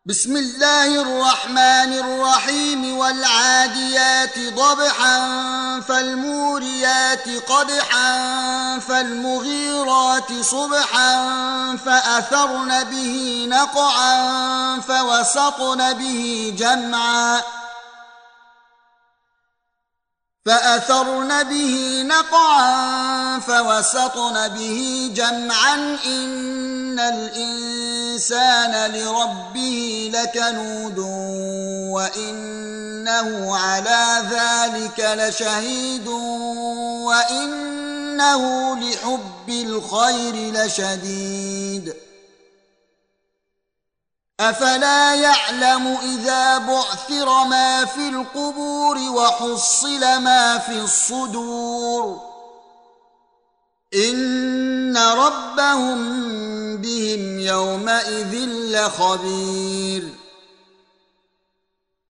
بسم الله الرحمن الرحيم والعاديات ضبحا فالموريات قدحا فالمغيرات صبحا فأثرن به نقعا فوسطن به جمعا إن الإنسان لربه لكنود وإنه على ذلك لشهيد وإنه لحب الخير لشديد أفلا يعلم إذا بعثر ما في القبور وحصل ما في الصدور إن ربهم بهم يومئذ لخبير